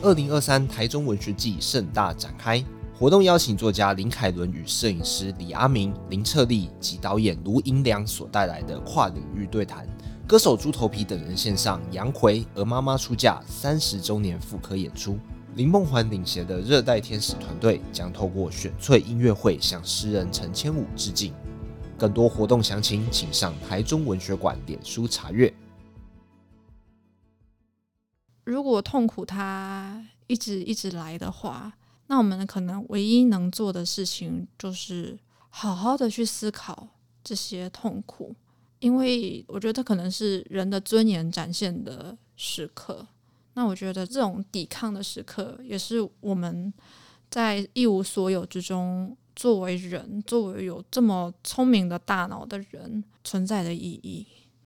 2023台中文学季盛大展开，活动邀请作家林凯伦与摄影师李阿明、林彻利及导演卢银良所带来的跨领域对谈，歌手猪头皮等人献上杨奎鹅妈妈出嫁30周年复刻演出。林梦环领衔的热带天使团队将透过选粹音乐会向诗人陈千武致敬。更多活动详情请上台中文学馆脸书查阅。 如果痛苦它一直来的话，那我们可能唯一能做的事情就是好好的去思考这些痛苦，因为我觉得可能是人的尊严展现的时刻。那我觉得这种抵抗的时刻也是我们在一无所有之中，作为人，作为有这么聪明的大脑的人存在的意义。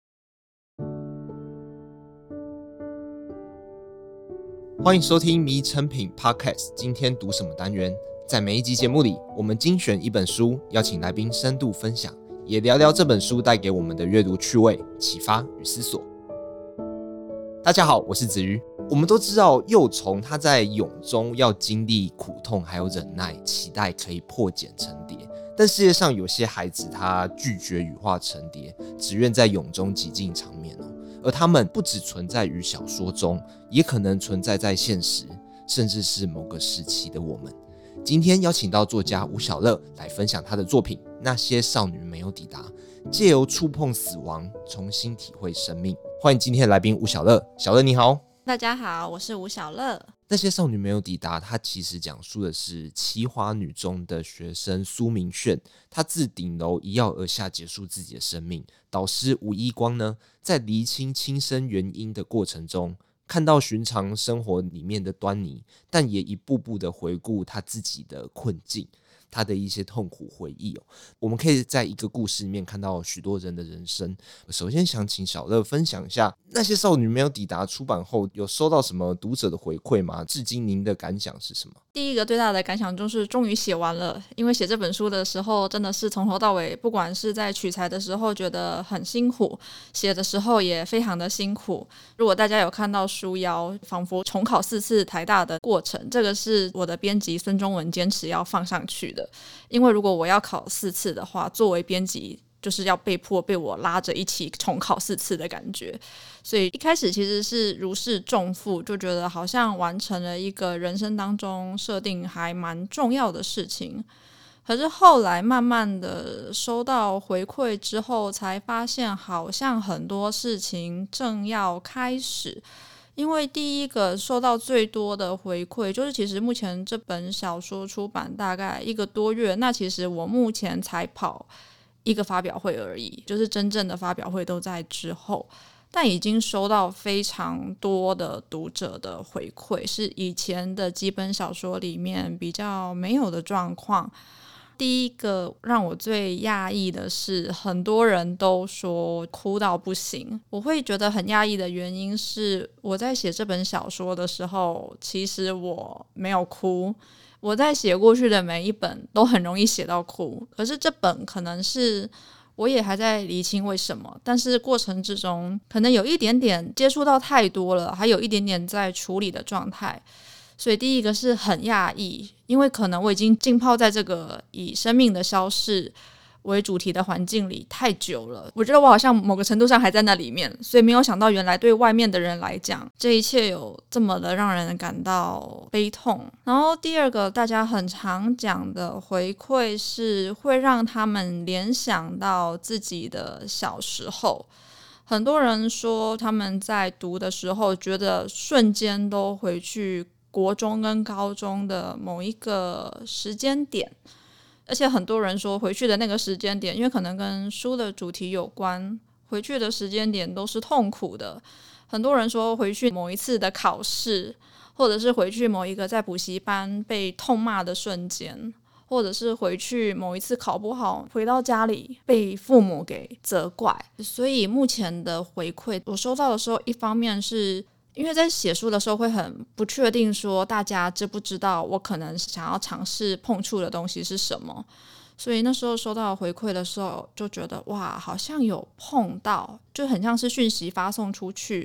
欢迎收听迷成品 Podcast， 今天读什么单元？在每一集节目里，我们精选一本书，邀请来宾深度分享，也聊聊这本书带给我们的阅读趣味、启发与思索。大家好，我是子瑜。我们都知道幼虫它在蛹中要经历苦痛还有忍耐，期待可以破茧成蝶。但世界上有些孩子他拒绝羽化成蝶，只愿在蛹中极尽长眠而他们不只存在于小说中，也可能存在在现实，甚至是某个时期的我们。今天邀请到作家吴晓乐来分享他的作品《那些少女没有抵达》，借由触碰死亡，重新体会生命。欢迎今天的来宾吴晓乐。晓乐你好。 大家好，我是吴晓乐。 那些少女没有抵达，它其实讲述的是七花女中的学生苏明炫，她自顶楼一跃而下结束自己的生命。导师吴一光呢，在厘清轻生原因的过程中，看到寻常生活里面的端倪，但也一步步的回顾他自己的困境，他的一些痛苦回忆我们可以在一个故事里面看到许多人的人生。首先想请小乐分享一下，那些少女没有抵达出版后有收到什么读者的回馈吗？至今您的感想是什么？ 第一个最大的感想就是终于写完了，因为写这本书的时候真的是从头到尾，不管是在取材的时候觉得很辛苦，写的时候也非常的辛苦。如果大家有看到书腰仿佛重考4次台大的过程，这个是我的编辑孙中文坚持要放上去的，因为如果我要考4次的话，作为编辑就是要被迫被我拉着一起重考4次的感觉。所以一开始其实是如释重负，就觉得好像完成了一个人生当中设定还蛮重要的事情。可是后来慢慢的收到回馈之后，才发现好像很多事情正要开始。因为第一个收到最多的回馈就是其实目前这本小说出版大概1个多月，那其实我目前才跑1个发表会而已，就是真正的发表会都在之后，但已经收到非常多的读者的回馈，是以前的几本小说里面比较没有的状况。第一个让我最讶异的是，很多人都说哭到不行。我会觉得很讶异的原因是，我在写这本小说的时候，其实我没有哭。我在写过去的每一本都很容易写到哭，可是这本可能是我也还在厘清为什么，但是过程之中可能有一点点接触到太多了，还有一点点在处理的状态。所以第一个是很讶异，因为可能我已经浸泡在这个以生命的消逝为主题的环境里太久了，我觉得我好像某个程度上还在那里面，所以没有想到原来对外面的人来讲，这一切有这么的让人感到悲痛。然后第二个大家很常讲的回馈是会让他们联想到自己的小时候。很多人说他们在读的时候觉得瞬间都回去国中跟高中的某一个时间点，而且很多人说回去的那个时间点，因为可能跟书的主题有关，回去的时间点都是痛苦的。很多人说回去某一次的考试，或者是回去某一个在补习班被痛骂的瞬间，或者是回去某一次考不好，回到家里被父母给责怪。所以目前的回馈我收到的时候，一方面是因为在写书的时候会很不确定说大家知不知道我可能想要尝试碰触的东西是什么，所以那时候收到回馈的时候就觉得哇，好像有碰到，就很像是讯息发送出去，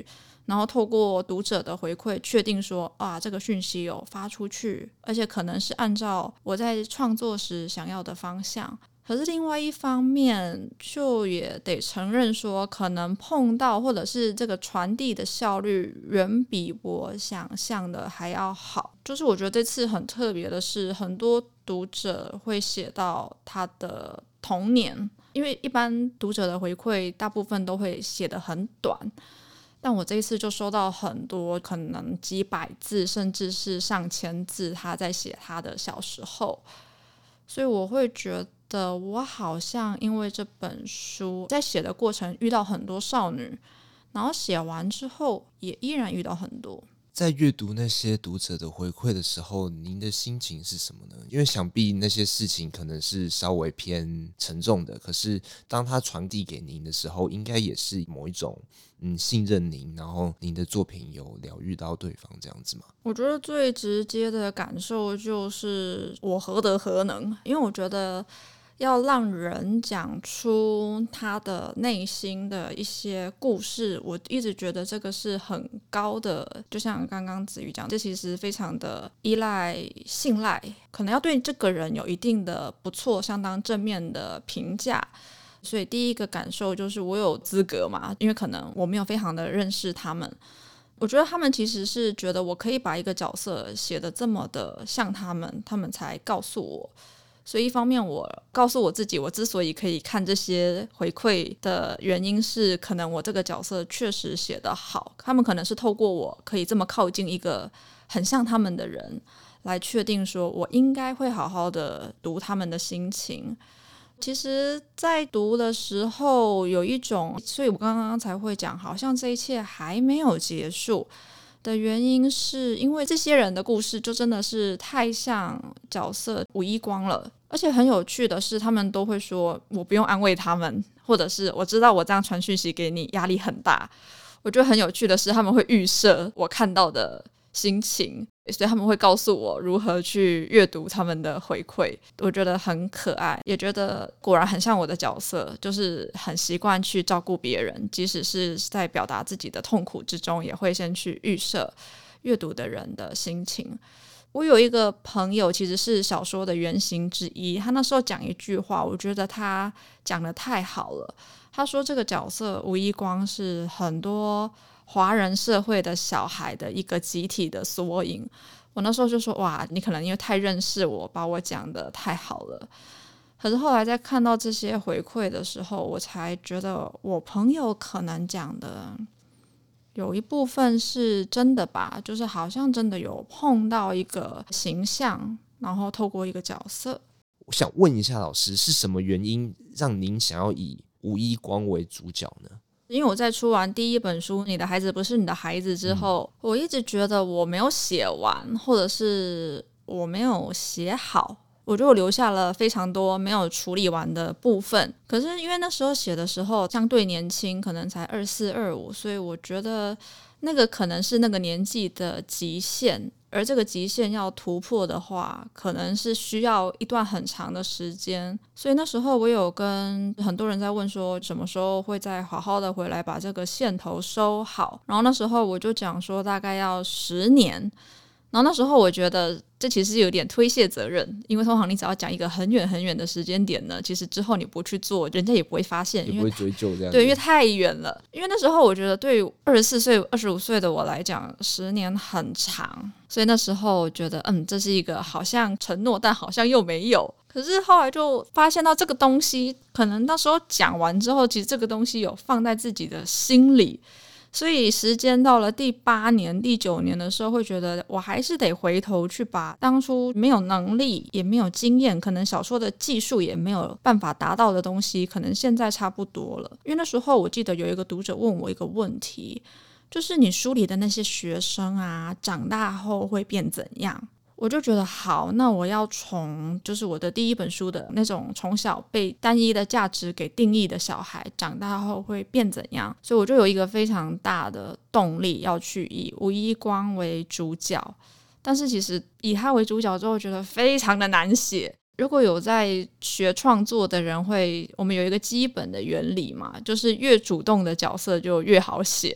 然后透过读者的回馈确定说这个讯息有发出去，而且可能是按照我在创作时想要的方向。可是另外一方面就也得承认说，可能碰到或者是这个传递的效率远比我想象的还要好。就是我觉得这次很特别的是，很多读者会写到他的童年，因为一般读者的回馈大部分都会写得很短，但我这一次就收到很多可能几百字甚至是上千字，他在写他的小时候。所以我会觉得我好像因为这本书在写的过程遇到很多少女，然后写完之后也依然遇到很多。 在阅读那些读者的回馈的时候，您的心情是什么呢？因为想必那些事情可能是稍微偏沉重的，可是当它传递给您的时候，应该也是某一种信任您，然后您的作品有疗愈到对方这样子吗？ 我觉得最直接的感受就是我何德何能，因为我觉得要让人讲出他的内心的一些故事，我一直觉得这个是很高的，就像刚刚子瑜讲，这其实非常的依赖信赖，可能要对这个人有一定的不错相当正面的评价。所以第一个感受就是我有资格嘛，因为可能我没有非常的认识他们，我觉得他们其实是觉得我可以把一个角色写得这么的像他们才告诉我。所以一方面我告诉我自己，我之所以可以看这些回馈的原因是可能我这个角色确实写得好，他们可能是透过我可以这么靠近一个很像他们的人来确定说我应该会好好的读他们的心情。其实在读的时候有一种，所以我刚刚才会讲好像这一切还没有结束的原因，是因为这些人的故事就真的是太像角色吴一光了。而且很有趣的是，他们都会说我不用安慰他们，或者是我知道我这样传讯息给你压力很大。我觉得很有趣的是，他们会预设我看到的心情，所以他们会告诉我如何去阅读他们的回馈。我觉得很可爱，也觉得果然很像我的角色，就是很习惯去照顾别人，即使是在表达自己的痛苦之中，也会先去预设阅读的人的心情。我有一个朋友其实是小说的原型之一，他那时候讲一句话，我觉得他讲得太好了。他说这个角色吴一光是很多华人社会的小孩的一个集体的缩影。我那时候就说哇，你可能因为太认识我，把我讲得太好了。可是后来在看到这些回馈的时候，我才觉得我朋友可能讲的有一部分是真的吧，就是好像真的有碰到一个形象，然后透过一个角色。 我想问一下老师，是什么原因让您想要以吴一光为主角呢？ 因为我在出完第一本书《你的孩子不是你的孩子》之后，我一直觉得我没有写完，或者是我没有写好，我觉得我留下了非常多没有处理完的部分。可是因为那时候写的时候相对年轻，可能才24、25，所以我觉得那个可能是那个年纪的极限，而这个极限要突破的话，可能是需要一段很长的时间。所以那时候我有跟很多人在问说什么时候会再好好的回来把这个线头收好，然后那时候我就讲说大概要10年。然后那时候我觉得这其实是有点推卸责任，因为通常你只要讲一个很远很远的时间点呢，其实之后你不去做，人家也不会发现， 也不会追究这样子。 对，因为太远了。因为那时候我觉得对于24岁、25岁的我来讲，10年很长，所以那时候我觉得这是一个好像承诺，但好像又没有。可是后来就发现到这个东西，可能那时候讲完之后，其实这个东西有放在自己的心里。所以时间到了第8年、第9年的时候，会觉得我还是得回头去把当初没有能力也没有经验，可能小说的技术也没有办法达到的东西，可能现在差不多了。因为那时候我记得有一个读者问我一个问题，就是你书里的那些学生啊，长大后会变怎样？我就觉得好，那我要从就是我的第一本书的那种从小被单一的价值给定义的小孩长大后会变怎样，所以我就有一个非常大的动力要去以吴一光为主角。但是其实以他为主角之后觉得非常的难写。如果有在学创作的人我们有一个基本的原理嘛，就是越主动的角色就越好写，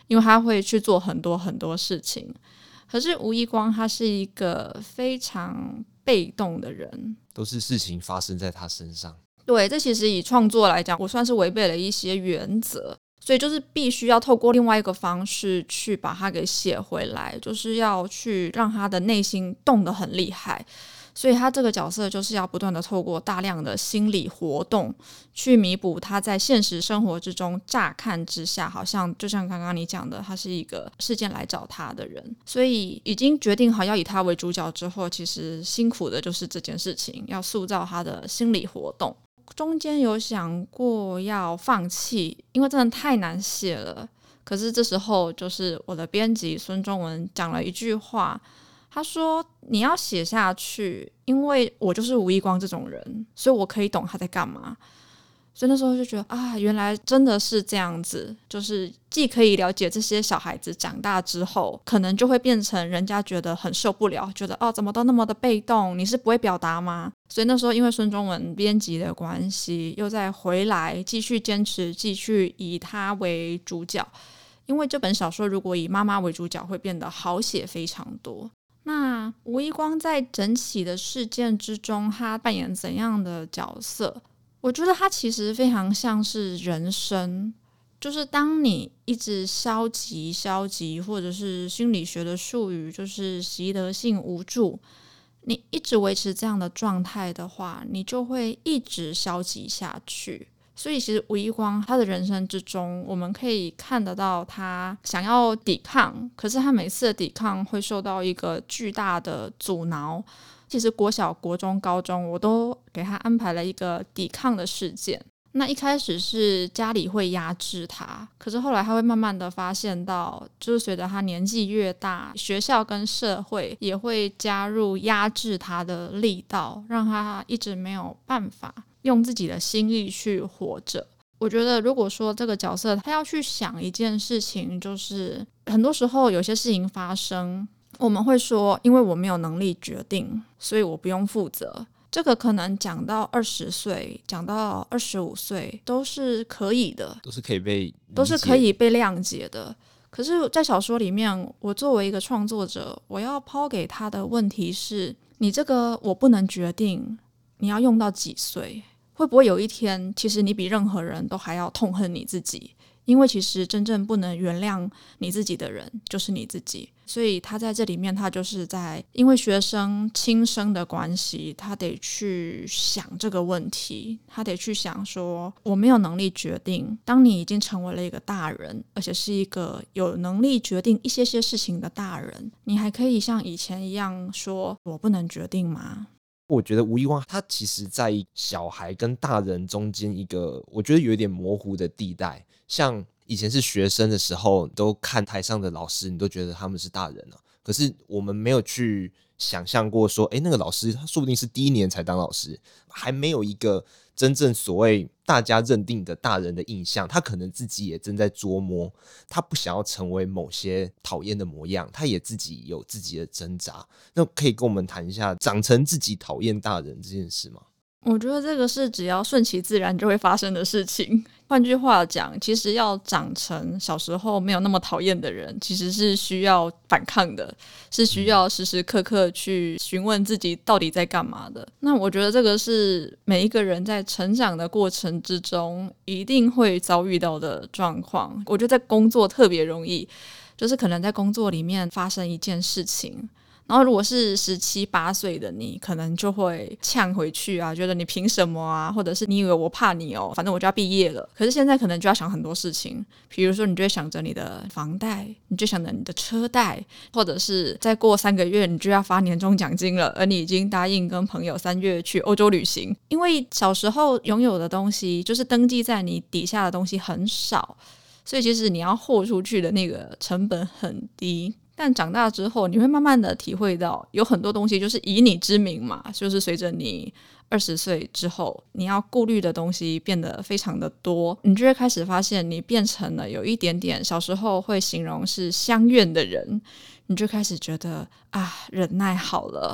因为他会去做很多很多事情。可是吴一光他是一个非常被动的人， 都是事情发生在他身上。 对，这其实以创作来讲，我算是违背了一些原则，所以就是必须要透过另外一个方式去把它给写回来，就是要去让他的内心动得很厉害。所以他这个角色就是要不断的透过大量的心理活动去弥补他在现实生活之中乍看之下好像就像刚刚你讲的，他是一个事件来找他的人。所以已经决定好要以他为主角之后，其实辛苦的就是这件事情，要塑造他的心理活动。中间有想过要放弃，因为真的太难写了。可是这时候就是我的编辑孙中文讲了一句话，他说你要写下去，因为我就是吴一光这种人，所以我可以懂他在干嘛。所以那时候就觉得啊，原来真的是这样子，就是既可以了解这些小孩子长大之后可能就会变成人家觉得很受不了，觉得怎么都那么的被动，你是不会表达吗？所以那时候因为孙中文编辑的关系，又再回来继续坚持，继续以他为主角，因为这本小说如果以妈妈为主角会变得好写非常多。那吴一光在整起的事件之中，他扮演怎样的角色？我觉得他其实非常像是人生，就是当你一直消极或者是心理学的术语就是习得性无助，你一直维持这样的状态的话，你就会一直消极下去。所以其实吴一光他的人生之中，我们可以看得到他想要抵抗，可是他每次的抵抗会受到一个巨大的阻挠。其实国小、国中、高中我都给他安排了一个抵抗的事件。那一开始是家里会压制他，可是后来他会慢慢的发现到，就是随着他年纪越大，学校跟社会也会加入压制他的力道，让他一直没有办法用自己的心意去活着。我觉得如果说这个角色他要去想一件事情，就是很多时候有些事情发生，我们会说因为我没有能力决定，所以我不用负责。这个可能讲到20岁，讲到25岁都是可以的， 都是可以被理解， 都是可以被谅解的。可是在小说里面，我作为一个创作者，我要抛给他的问题是，你这个我不能决定，你要用到几岁？会不会有一天其实你比任何人都还要痛恨你自己？因为其实真正不能原谅你自己的人就是你自己。所以他在这里面，他就是在因为学生轻生的关系，他得去想这个问题，他得去想说，我没有能力决定，当你已经成为了一个大人，而且是一个有能力决定一些事情的大人，你还可以像以前一样说我不能决定吗？ 我觉得吴一光他其实在小孩跟大人中间一个我觉得有一点模糊的地带，像以前是学生的时候，都看台上的老师，你都觉得他们是大人了，可是我们没有去想象过说，那个老师他说不定是第1年才当老师，还没有一个真正所谓大家认定的大人的印象，他可能自己也正在琢磨，他不想要成为某些讨厌的模样，他也自己有自己的挣扎。那可以跟我们谈一下长成自己讨厌大人这件事吗？ 我觉得这个是只要顺其自然就会发生的事情。换句话讲，其实要长成小时候没有那么讨厌的人，其实是需要反抗的，是需要时时刻刻去询问自己到底在干嘛的。那我觉得这个是每一个人在成长的过程之中一定会遭遇到的状况。我觉得在工作特别容易，就是可能在工作里面发生一件事情，然后如果是17、18岁的你，可能就会呛回去啊，觉得你凭什么啊，或者是你以为我怕你哦，反正我就要毕业了。可是现在可能就要想很多事情，比如说你就会想着你的房贷，你就想着你的车贷，或者是再过3个月你就要发年终奖金了，而你已经答应跟朋友3月去欧洲旅行。因为小时候拥有的东西，就是登记在你底下的东西很少，所以其实你要豁出去的那个成本很低。但长大之后你会慢慢的体会到，有很多东西就是以你之名嘛，就是随着你20岁之后，你要顾虑的东西变得非常的多，你就会开始发现你变成了有一点点小时候会形容是乡愿的人，你就开始觉得啊，忍耐好了。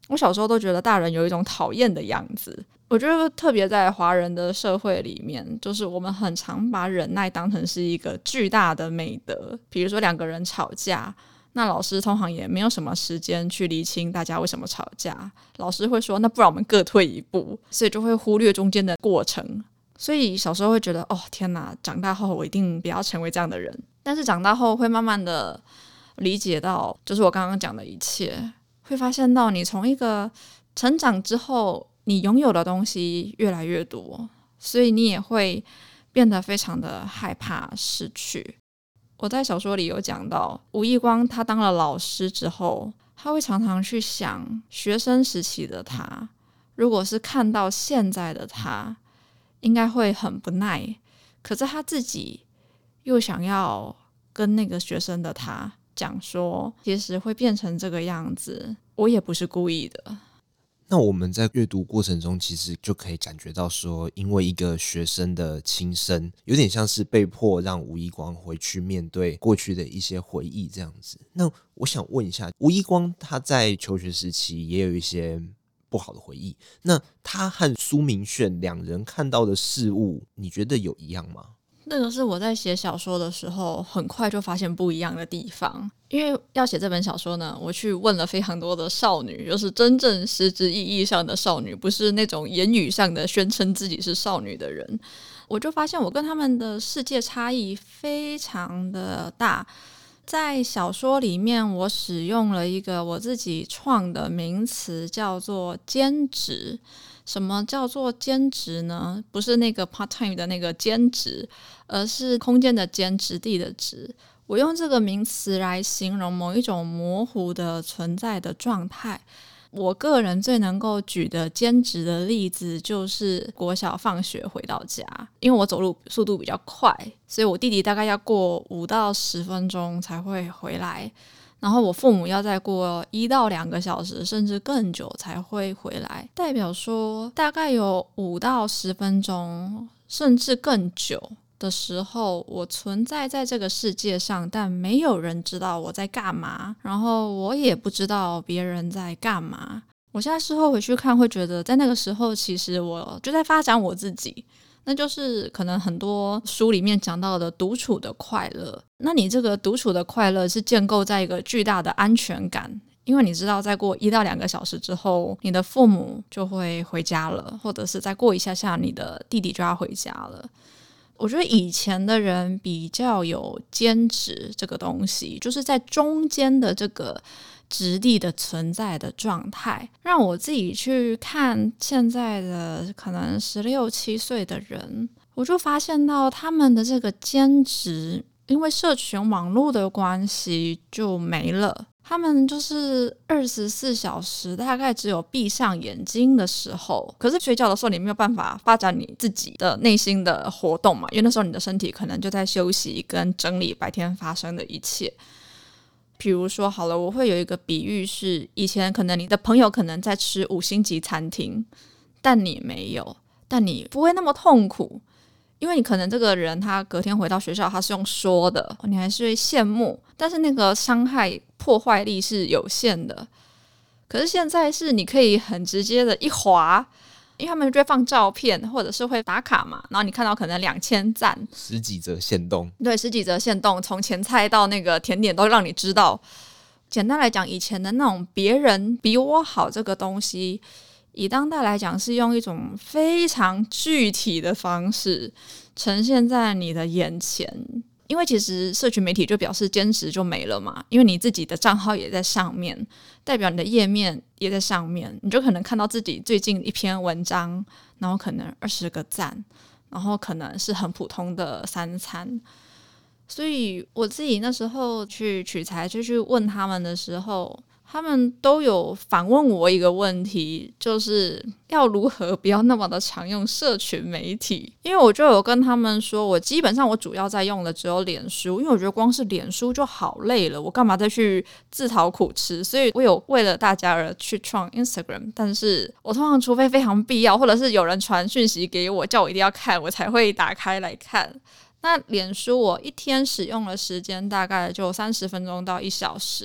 我小时候都觉得大人有一种讨厌的样子。我觉得特别在华人的社会里面，就是我们很常把忍耐当成是一个巨大的美德。比如说两个人吵架，那老师通常也没有什么时间去厘清大家为什么吵架，老师会说那不然我们各退一步，所以就会忽略中间的过程。所以小时候会觉得哦天哪，长大后我一定不要成为这样的人。但是长大后会慢慢的理解到，就是我刚刚讲的一切，会发现到你从一个成长之后，你拥有的东西越来越多，所以你也会变得非常的害怕失去。我在小说里有讲到，吴义光他当了老师之后，他会常常去想学生时期的他，如果是看到现在的他，应该会很不耐，可是他自己又想要跟那个学生的他讲说，其实会变成这个样子，我也不是故意的。 那我们在阅读过程中其实就可以感觉到说，因为一个学生的轻生，有点像是被迫让吴义光回去面对过去的一些回忆这样子。那我想问一下，吴义光他在求学时期也有一些不好的回忆，那他和苏明炫两人看到的事物，你觉得有一样吗？ 那个是我在写小说的时候很快就发现不一样的地方。因为要写这本小说呢，我去问了非常多的少女，就是真正实质意义上的少女，不是那种言语上的宣称自己是少女的人。我就发现我跟他们的世界差异非常的大。在小说里面，我使用了一个我自己创的名词，叫做兼职。什么叫做兼职呢？不是那个 part time 的那个兼职，而是空间的间，质地的质。我用这个名词来形容某一种模糊的存在的状态。我个人最能够举的兼职的例子就是国小放学回到家，因为我走路速度比较快，所以我弟弟大概要过5到10分钟才会回来，然后我父母要再过1到2个小时甚至更久才会回来，代表说大概有5到10分钟甚至更久的时候，我存在在这个世界上，但没有人知道我在干嘛，然后我也不知道别人在干嘛。我现在事后回去看，会觉得在那个时候其实我就在发展我自己，那就是可能很多书里面讲到的独处的快乐。那你这个独处的快乐是建构在一个巨大的安全感，因为你知道再过1到2个小时之后，你的父母就会回家了，或者是再过一下下你的弟弟就要回家了。我觉得以前的人比较有兼职这个东西，就是在中间的这个质地的存在的状态，让我自己去看现在的可能16、17岁的人，我就发现到他们的这个兼职，因为社群网络的关系就没了。他们就是24小时大概只有闭上眼睛的时候，可是睡觉的时候你没有办法发展你自己的内心的活动嘛，因为那时候你的身体可能就在休息跟整理白天发生的一切。比如说好了，我会有一个比喻是，以前可能你的朋友可能在吃5星级餐厅，但你没有，但你不会那么痛苦，因为你可能这个人他隔天回到学校他是用说的，你还是会羡慕，但是那个伤害破坏力是有限的。可是现在是你可以很直接的一滑，因为他们就会放照片或者是会打卡嘛，然后你看到可能2000赞 10几则限动， 对，10几则限动，从前菜到那个甜点都让你知道。简单来讲，以前的那种别人比我好这个东西，以当代来讲是用一种非常具体的方式呈现在你的眼前。因为其实社群媒体就表示兼职就没了嘛，因为你自己的账号也在上面，代表你的页面也在上面，你就可能看到自己最近一篇文章，然后可能20个赞，然后可能是很普通的3餐。所以我自己那时候去取材就去问他们的时候，他们都有反问我一个问题，就是要如何不要那么的常用社群媒体。因为我就有跟他们说，我基本上我主要在用的只有脸书，因为我觉得光是脸书就好累了，我干嘛再去自讨苦吃。所以我有为了大家而去创 Instagram， 但是我通常除非非常必要，或者是有人传讯息给我叫我一定要看，我才会打开来看。那脸书我一天使用的时间大概就30分钟到1小时，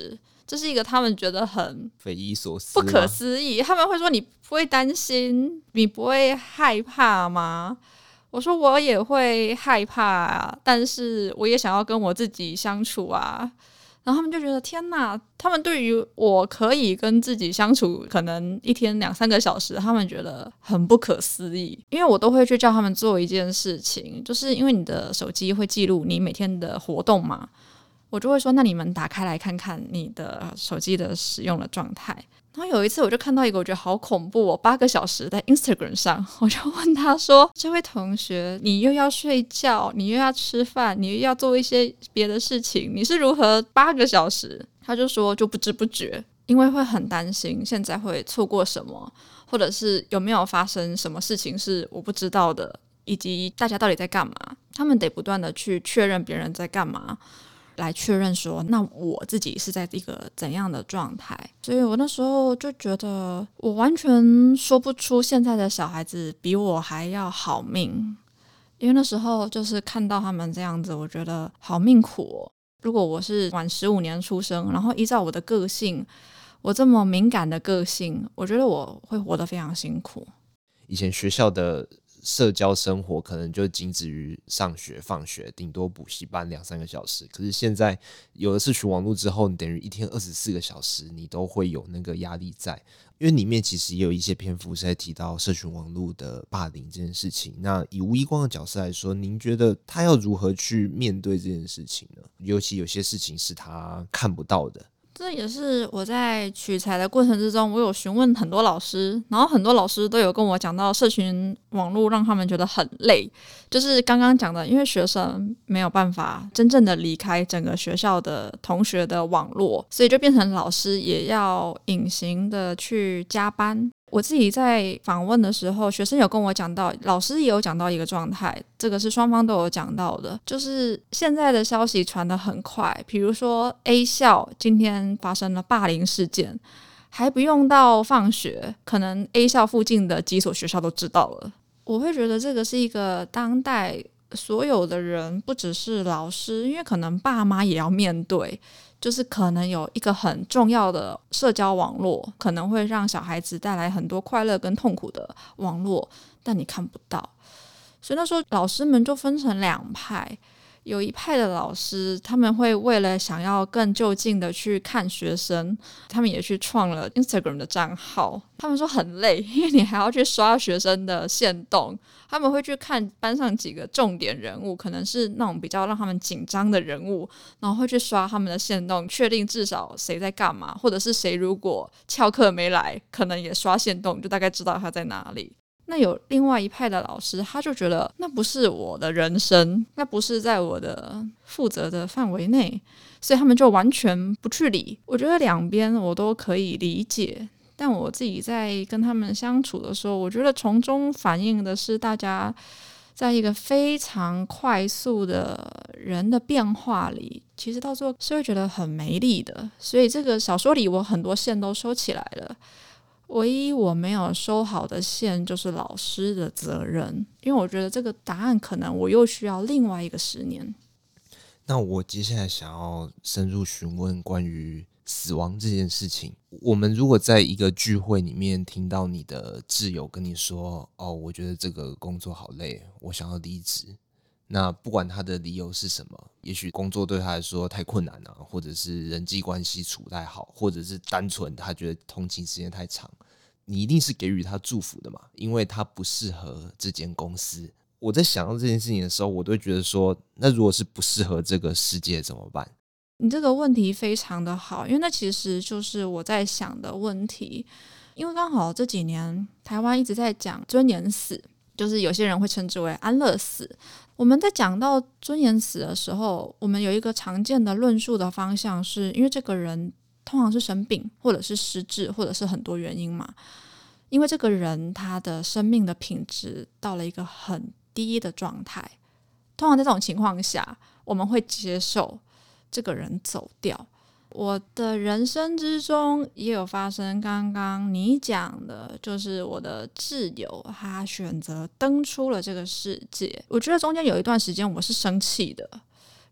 这是一个他们觉得很匪夷所思、 不可思议。他们会说你不会担心，你不会害怕吗？我说我也会害怕啊，但是我也想要跟我自己相处啊。然后他们就觉得天哪，他们对于我可以跟自己相处可能一天2-3个小时，他们觉得很不可思议。因为我都会去叫他们做一件事情，就是因为你的手机会记录你每天的活动嘛，我就会说那你们打开来看看你的手机的使用的状态。然后有一次我就看到一个我觉得好恐怖哦，8个小时在 Instagram 上，我就问他说，这位同学，你又要睡觉，你又要吃饭，你又要做一些别的事情，你是如何8个小时？他就说就不知不觉，因为会很担心现在会错过什么，或者是有没有发生什么事情是我不知道的，以及大家到底在干嘛，他们得不断的去确认别人在干嘛，来确认说那我自己是在一个怎样的状态。所以我那时候就觉得我完全说不出现在的小孩子比我还要好命，因为那时候就是看到他们这样子，我觉得好命苦哦。如果我是晚15年出生，然后依照我的个性，我这么敏感的个性，我觉得我会活得非常辛苦。 以前学校的社交生活可能就仅止于上学放学，顶多补习班2-3个小时。可是现在有了社群网络之后，你等于一天24个小时你都会有那个压力在，因为里面其实也有一些篇幅是在提到社群网络的霸凌这件事情。那以吴一光的角色来说，您觉得他要如何去面对这件事情呢？尤其有些事情是他看不到的。 这也是我在取材的过程之中，我有询问很多老师，然后很多老师都有跟我讲到社群网络让他们觉得很累，就是刚刚讲的，因为学生没有办法真正的离开整个学校的同学的网络，所以就变成老师也要隐形的去加班。我自己在访问的时候，学生有跟我讲到，老师也有讲到一个状态，这个是双方都有讲到的，就是现在的消息传得很快，比如说 A 校今天发生了霸凌事件，还不用到放学，可能 A 校附近的几所学校都知道了。我会觉得这个是一个当代所有的人，不只是老师，因为可能爸妈也要面对，就是可能有一个很重要的社交网络，可能会让小孩子带来很多快乐跟痛苦的网络，但你看不到。所以那时候老师们就分成2派，有一派的老师，他们会为了想要更就近的去看学生，他们也去创了 Instagram 的账号。他们说很累，因为你还要去刷学生的限动，他们会去看班上几个重点人物，可能是那种比较让他们紧张的人物，然后会去刷他们的限动，确定至少谁在干嘛，或者是谁如果翘课没来，可能也刷限动，就大概知道他在哪里。那有另外一派的老师，他就觉得那不是我的人生，那不是在我的负责的范围内，所以他们就完全不去理。我觉得2边我都可以理解，但我自己在跟他们相处的时候，我觉得从中反映的是大家在一个非常快速的人的变化里，其实到最后是会觉得很没力的。所以这个小说里我很多线都收起来了，唯一我没有收好的线就是老师的责任，因为我觉得这个答案可能我又需要另外一个10年。 那我接下来想要深入询问关于死亡这件事情。我们如果在一个聚会里面听到你的挚友跟你说，哦，我觉得这个工作好累，我想要离职，那不管他的理由是什么，也许工作对他来说太困难了，或者是人际关系处不太好，或者是单纯他觉得通勤时间太长，你一定是给予他祝福的嘛，因为他不适合这间公司。我在想到这件事情的时候，我都会觉得说，那如果是不适合这个世界怎么办？ 你这个问题非常的好，因为那其实就是我在想的问题。因为刚好这几年台湾一直在讲尊严死，就是有些人会称之为安乐死。我们在讲到尊严死的时候，我们有一个常见的论述的方向是，因为这个人通常是生病，或者是失智，或者是很多原因嘛。因为这个人他的生命的品质到了一个很低的状态，通常在这种情况下，我们会接受这个人走掉。我的人生之中也有发生刚刚你讲的，就是我的挚友他选择登出了这个世界。我觉得中间有一段时间我是生气的，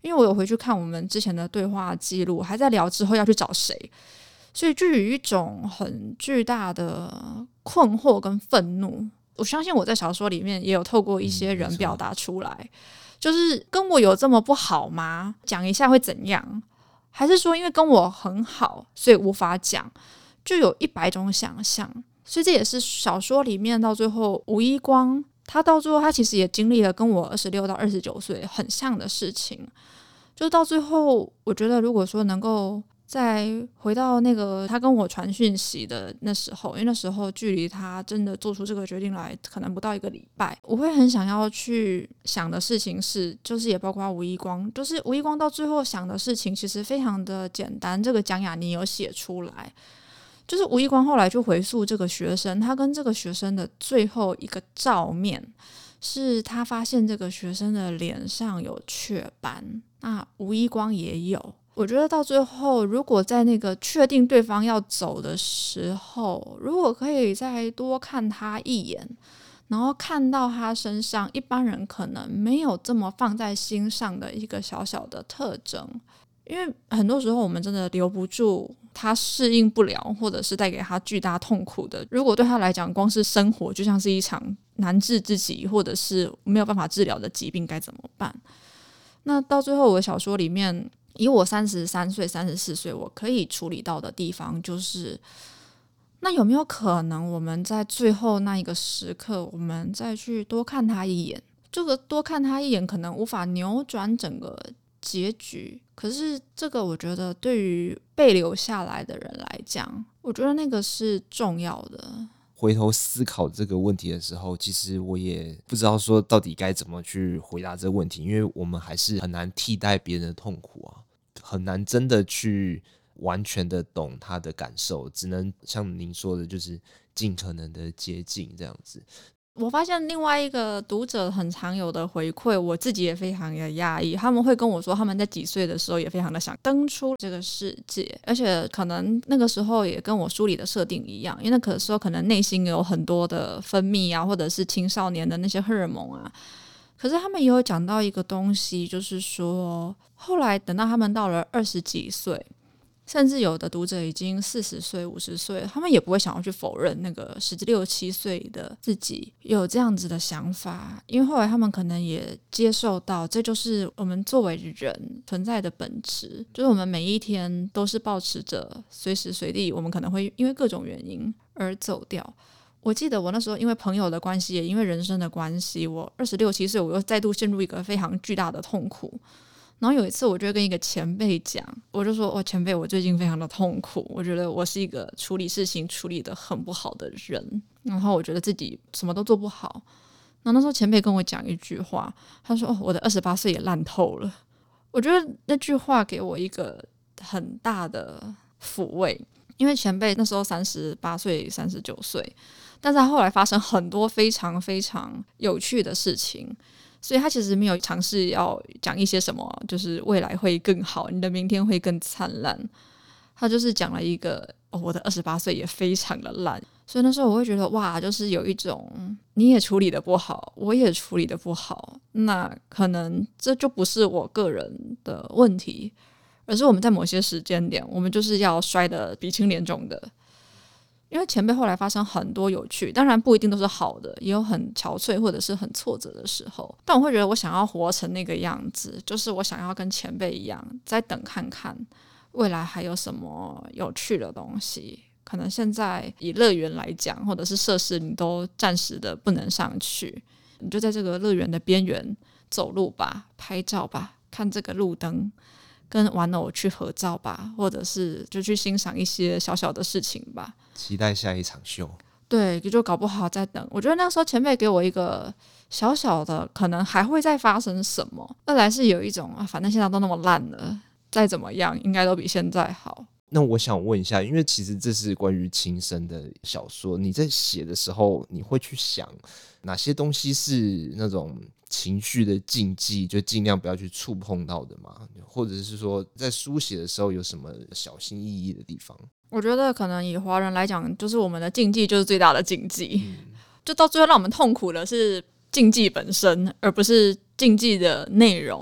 因为我有回去看我们之前的对话记录，还在聊之后要去找谁，所以就有一种很巨大的困惑跟愤怒。我相信我在小说里面也有透过一些人表达出来，就是跟我有这么不好吗？讲一下会怎样？还是说因为跟我很好所以无法讲？就有100种想象。所以这也是小说里面到最后吴一光他到最后他其实也经历了跟我26到29岁很像的事情。就到最后我觉得如果说能够再回到那个他跟我传讯息的那时候，因为那时候距离他真的做出这个决定来可能不到1个礼拜，我会很想要去想的事情是，就是也包括吴一光，就是吴一光到最后想的事情其实非常的简单，这个蒋雅妮有写出来，就是吴一光后来就回溯这个学生，他跟这个学生的最后一个照面是他发现这个学生的脸上有雀斑，那吴一光也有。我觉得到最后如果在那个确定对方要走的时候，如果可以再多看他一眼，然后看到他身上一般人可能没有这么放在心上的一个小小的特征，因为很多时候我们真的留不住他适应不了或者是带给他巨大痛苦的，如果对他来讲光是生活就像是一场难治之疾或者是没有办法治疗的疾病该怎么办？那到最后我的小说里面以我33岁34岁我可以处理到的地方，就是那有没有可能我们在最后那一个时刻我们再去多看他一眼，这个多看他一眼可能无法扭转整个结局，可是这个我觉得对于被留下来的人来讲，我觉得那个是重要的。 回头思考这个问题的时候，其实我也不知道说到底该怎么去回答这个问题，因为我们还是很难替代别人的痛苦啊，很难真的去完全的懂他的感受，只能像您说的，就是尽可能的接近这样子。 我发现另外一个读者很常有的回馈，我自己也非常的讶异，他们会跟我说他们在几岁的时候也非常的想登出这个世界，而且可能那个时候也跟我书里的设定一样，因为那个时候可能内心有很多的分泌啊，或者是青少年的那些荷尔蒙啊，可是他们也有讲到一个东西，就是说后来等到他们到了20几岁，甚至有的读者已经40岁50岁，他们也不会想要去否认那个16、17岁的自己有这样子的想法，因为后来他们可能也接受到这就是我们作为人存在的本质，就是我们每一天都是抱持着随时随地我们可能会因为各种原因而走掉。我记得我那时候因为朋友的关系也因为人生的关系，我26、7岁我又再度陷入一个非常巨大的痛苦，然后有一次我就跟一个前辈讲，我就说前辈我最近非常的痛苦，我觉得我是一个处理事情处理得很不好的人，然后我觉得自己什么都做不好。然后那时候前辈跟我讲一句话，他说我的28岁也烂透了。我觉得那句话给我一个很大的抚慰，因为前辈那时候38岁39岁，但是他后来发生很多非常非常有趣的事情，所以他其实没有尝试要讲一些什么就是未来会更好，你的明天会更灿烂，他就是讲了一个我的28岁也非常的烂。所以那时候我会觉得哇，就是有一种你也处理得不好我也处理得不好，那可能这就不是我个人的问题，而是我们在某些时间点我们就是要摔得鼻青脸肿的。因为前辈后来发生很多有趣，当然不一定都是好的，也有很憔悴或者是很挫折的时候，但我会觉得我想要活成那个样子，就是我想要跟前辈一样再等看看未来还有什么有趣的东西。可能现在以乐园来讲或者是设施你都暂时的不能上去，你就在这个乐园的边缘走路吧，拍照吧，看这个路灯，跟玩偶去合照吧，或者是就去欣赏一些小小的事情吧， 期待下一场秀。 对，就搞不好再等。我觉得那时候前辈给我一个小小的可能还会再发生什么，二来是有一种反正现在都那么烂了，再怎么样应该都比现在好。 那我想问一下，因为其实这是关于轻生的小说，你在写的时候你会去想哪些东西是那种情绪的禁忌，就尽量不要去触碰到的吗？或者是说在书写的时候有什么小心翼翼的地方？ 我觉得可能以华人来讲，就是我们的禁忌就是最大的禁忌，就到最后让我们痛苦的是禁忌本身，而不是禁忌的内容。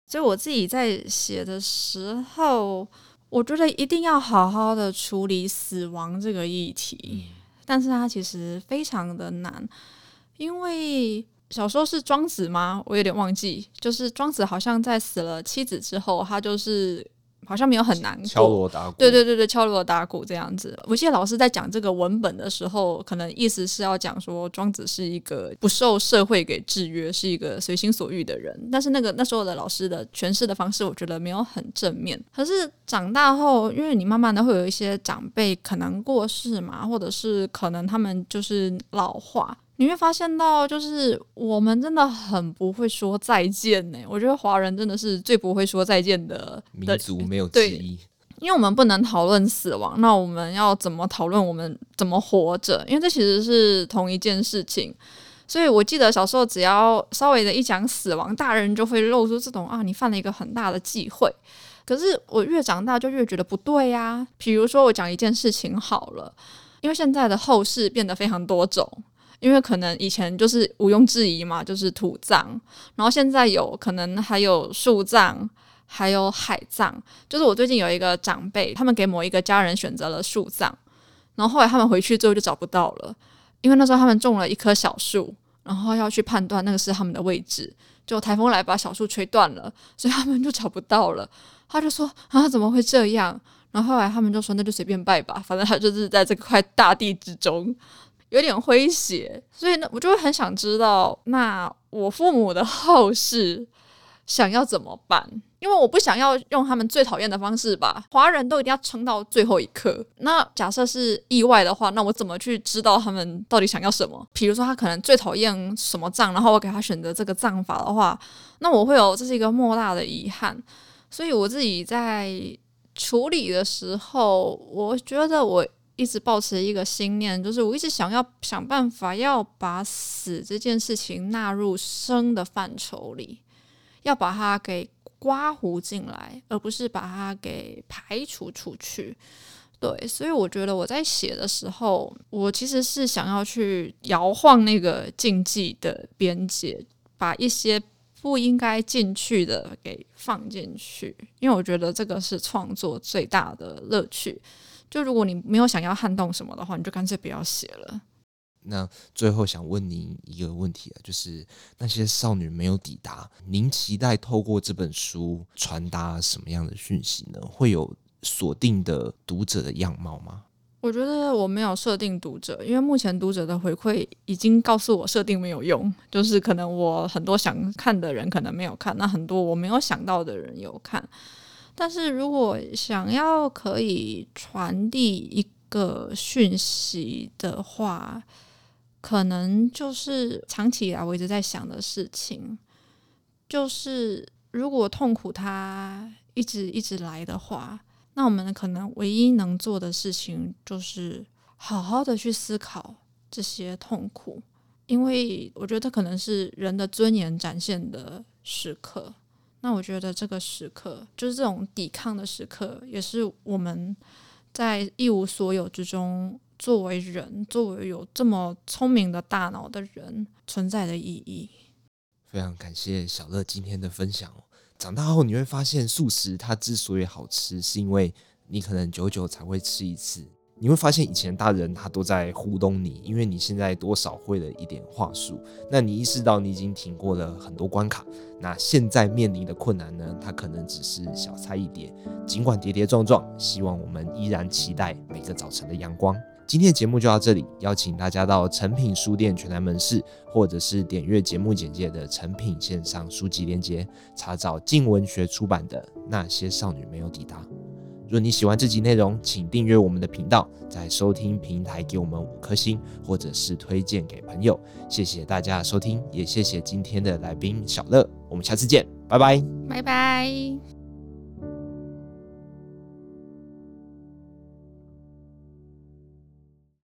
所以我自己在写的时候，我觉得一定要好好的处理死亡这个议题，但是它其实非常的难，因为小说是庄子吗？我有点忘记，就是庄子好像在死了妻子之后，他就是好像没有很难过， 敲锣打鼓， 对，敲锣打鼓这样子。我记得老师在讲这个文本的时候，可能意思是要讲说庄子是一个不受社会给制约，是一个随心所欲的人。但是那时候的老师的诠释的方式，我觉得没有很正面。可是长大后，因为你慢慢的会有一些长辈可能过世嘛，或者是可能他们就是老化。你会发现到，就是我们真的很不会说再见呢。我觉得华人真的是最不会说再见的民族，没有之一。 因为我们不能讨论死亡，那我们要怎么讨论我们怎么活着？因为这其实是同一件事情。所以我记得小时候只要稍微的一讲死亡，大人就会露出这种你犯了一个很大的忌讳。可是我越长大就越觉得不对呀。比如说我讲一件事情好了，因为现在的后事变得非常多种。因为可能以前就是毋庸置疑嘛，就是土葬，然后现在有可能还有树葬，还有海葬。就是我最近有一个长辈，他们给某一个家人选择了树葬，然后后来他们回去之后就找不到了，因为那时候他们种了一棵小树，然后要去判断那个是他们的位置，就台风来把小树吹断了，所以他们就找不到了。他就说怎么会这样？然后后来他们就说那就随便拜吧，反正他就是在这块大地之中。有点诙谐，所以呢，我就会很想知道，那我父母的后事想要怎么办？因为我不想要用他们最讨厌的方式吧。华人都一定要撑到最后一刻。那假设是意外的话，那我怎么去知道他们到底想要什么？比如说他可能最讨厌什么葬，然后我给他选择这个葬法的话，那我会有这是一个莫大的遗憾。所以我自己在处理的时候，我觉得我一直抱持一个信念，就是我一直想办法要把死这件事情纳入生的范畴里，要把它给刮胡进来，而不是把它给排除出去。对，所以我觉得我在写的时候，我其实是想要去摇晃那个禁忌的边界，把一些不应该进去的给放进去，因为我觉得这个是创作最大的乐趣。就如果你没有想要撼动什么的话，你就干脆不要写了。 那最后想问您一个问题，就是那些少女没有抵达，您期待透过这本书传达什么样的讯息呢？会有锁定的读者的样貌吗？ 我觉得我没有设定读者，因为目前读者的回馈已经告诉我设定没有用，就是可能我很多想看的人可能没有看，那很多我没有想到的人有看。但是如果想要可以传递一个讯息的话，可能就是长期以来我一直在想的事情，就是如果痛苦它一直来的话，那我们可能唯一能做的事情就是好好的去思考这些痛苦，因为我觉得可能是人的尊严展现的时刻。那我觉得这个时刻，就是这种抵抗的时刻，也是我们在一无所有之中，作为人，作为有这么聪明的大脑的人存在的意义。 非常感谢小乐今天的分享。长大后你会发现，素食它之所以好吃，是因为你可能久久才会吃一次。你会发现以前大人他都在糊弄你，因为你现在多少会了一点话术，那你意识到你已经挺过了很多关卡，那现在面临的困难呢，它可能只是小菜一碟，尽管跌跌撞撞，希望我们依然期待每个早晨的阳光。今天的节目就到这里，邀请大家到诚品书店全台门市，或者是点阅节目简介的诚品线上书籍连结，查找静文学出版的《那些少女没有抵达》。若你喜欢这集内容，请订阅我们的频道，在收听平台给我们5颗星，或者是推荐给朋友。谢谢大家的收听，也谢谢今天的来宾小乐，我们下次见，拜拜， 拜拜。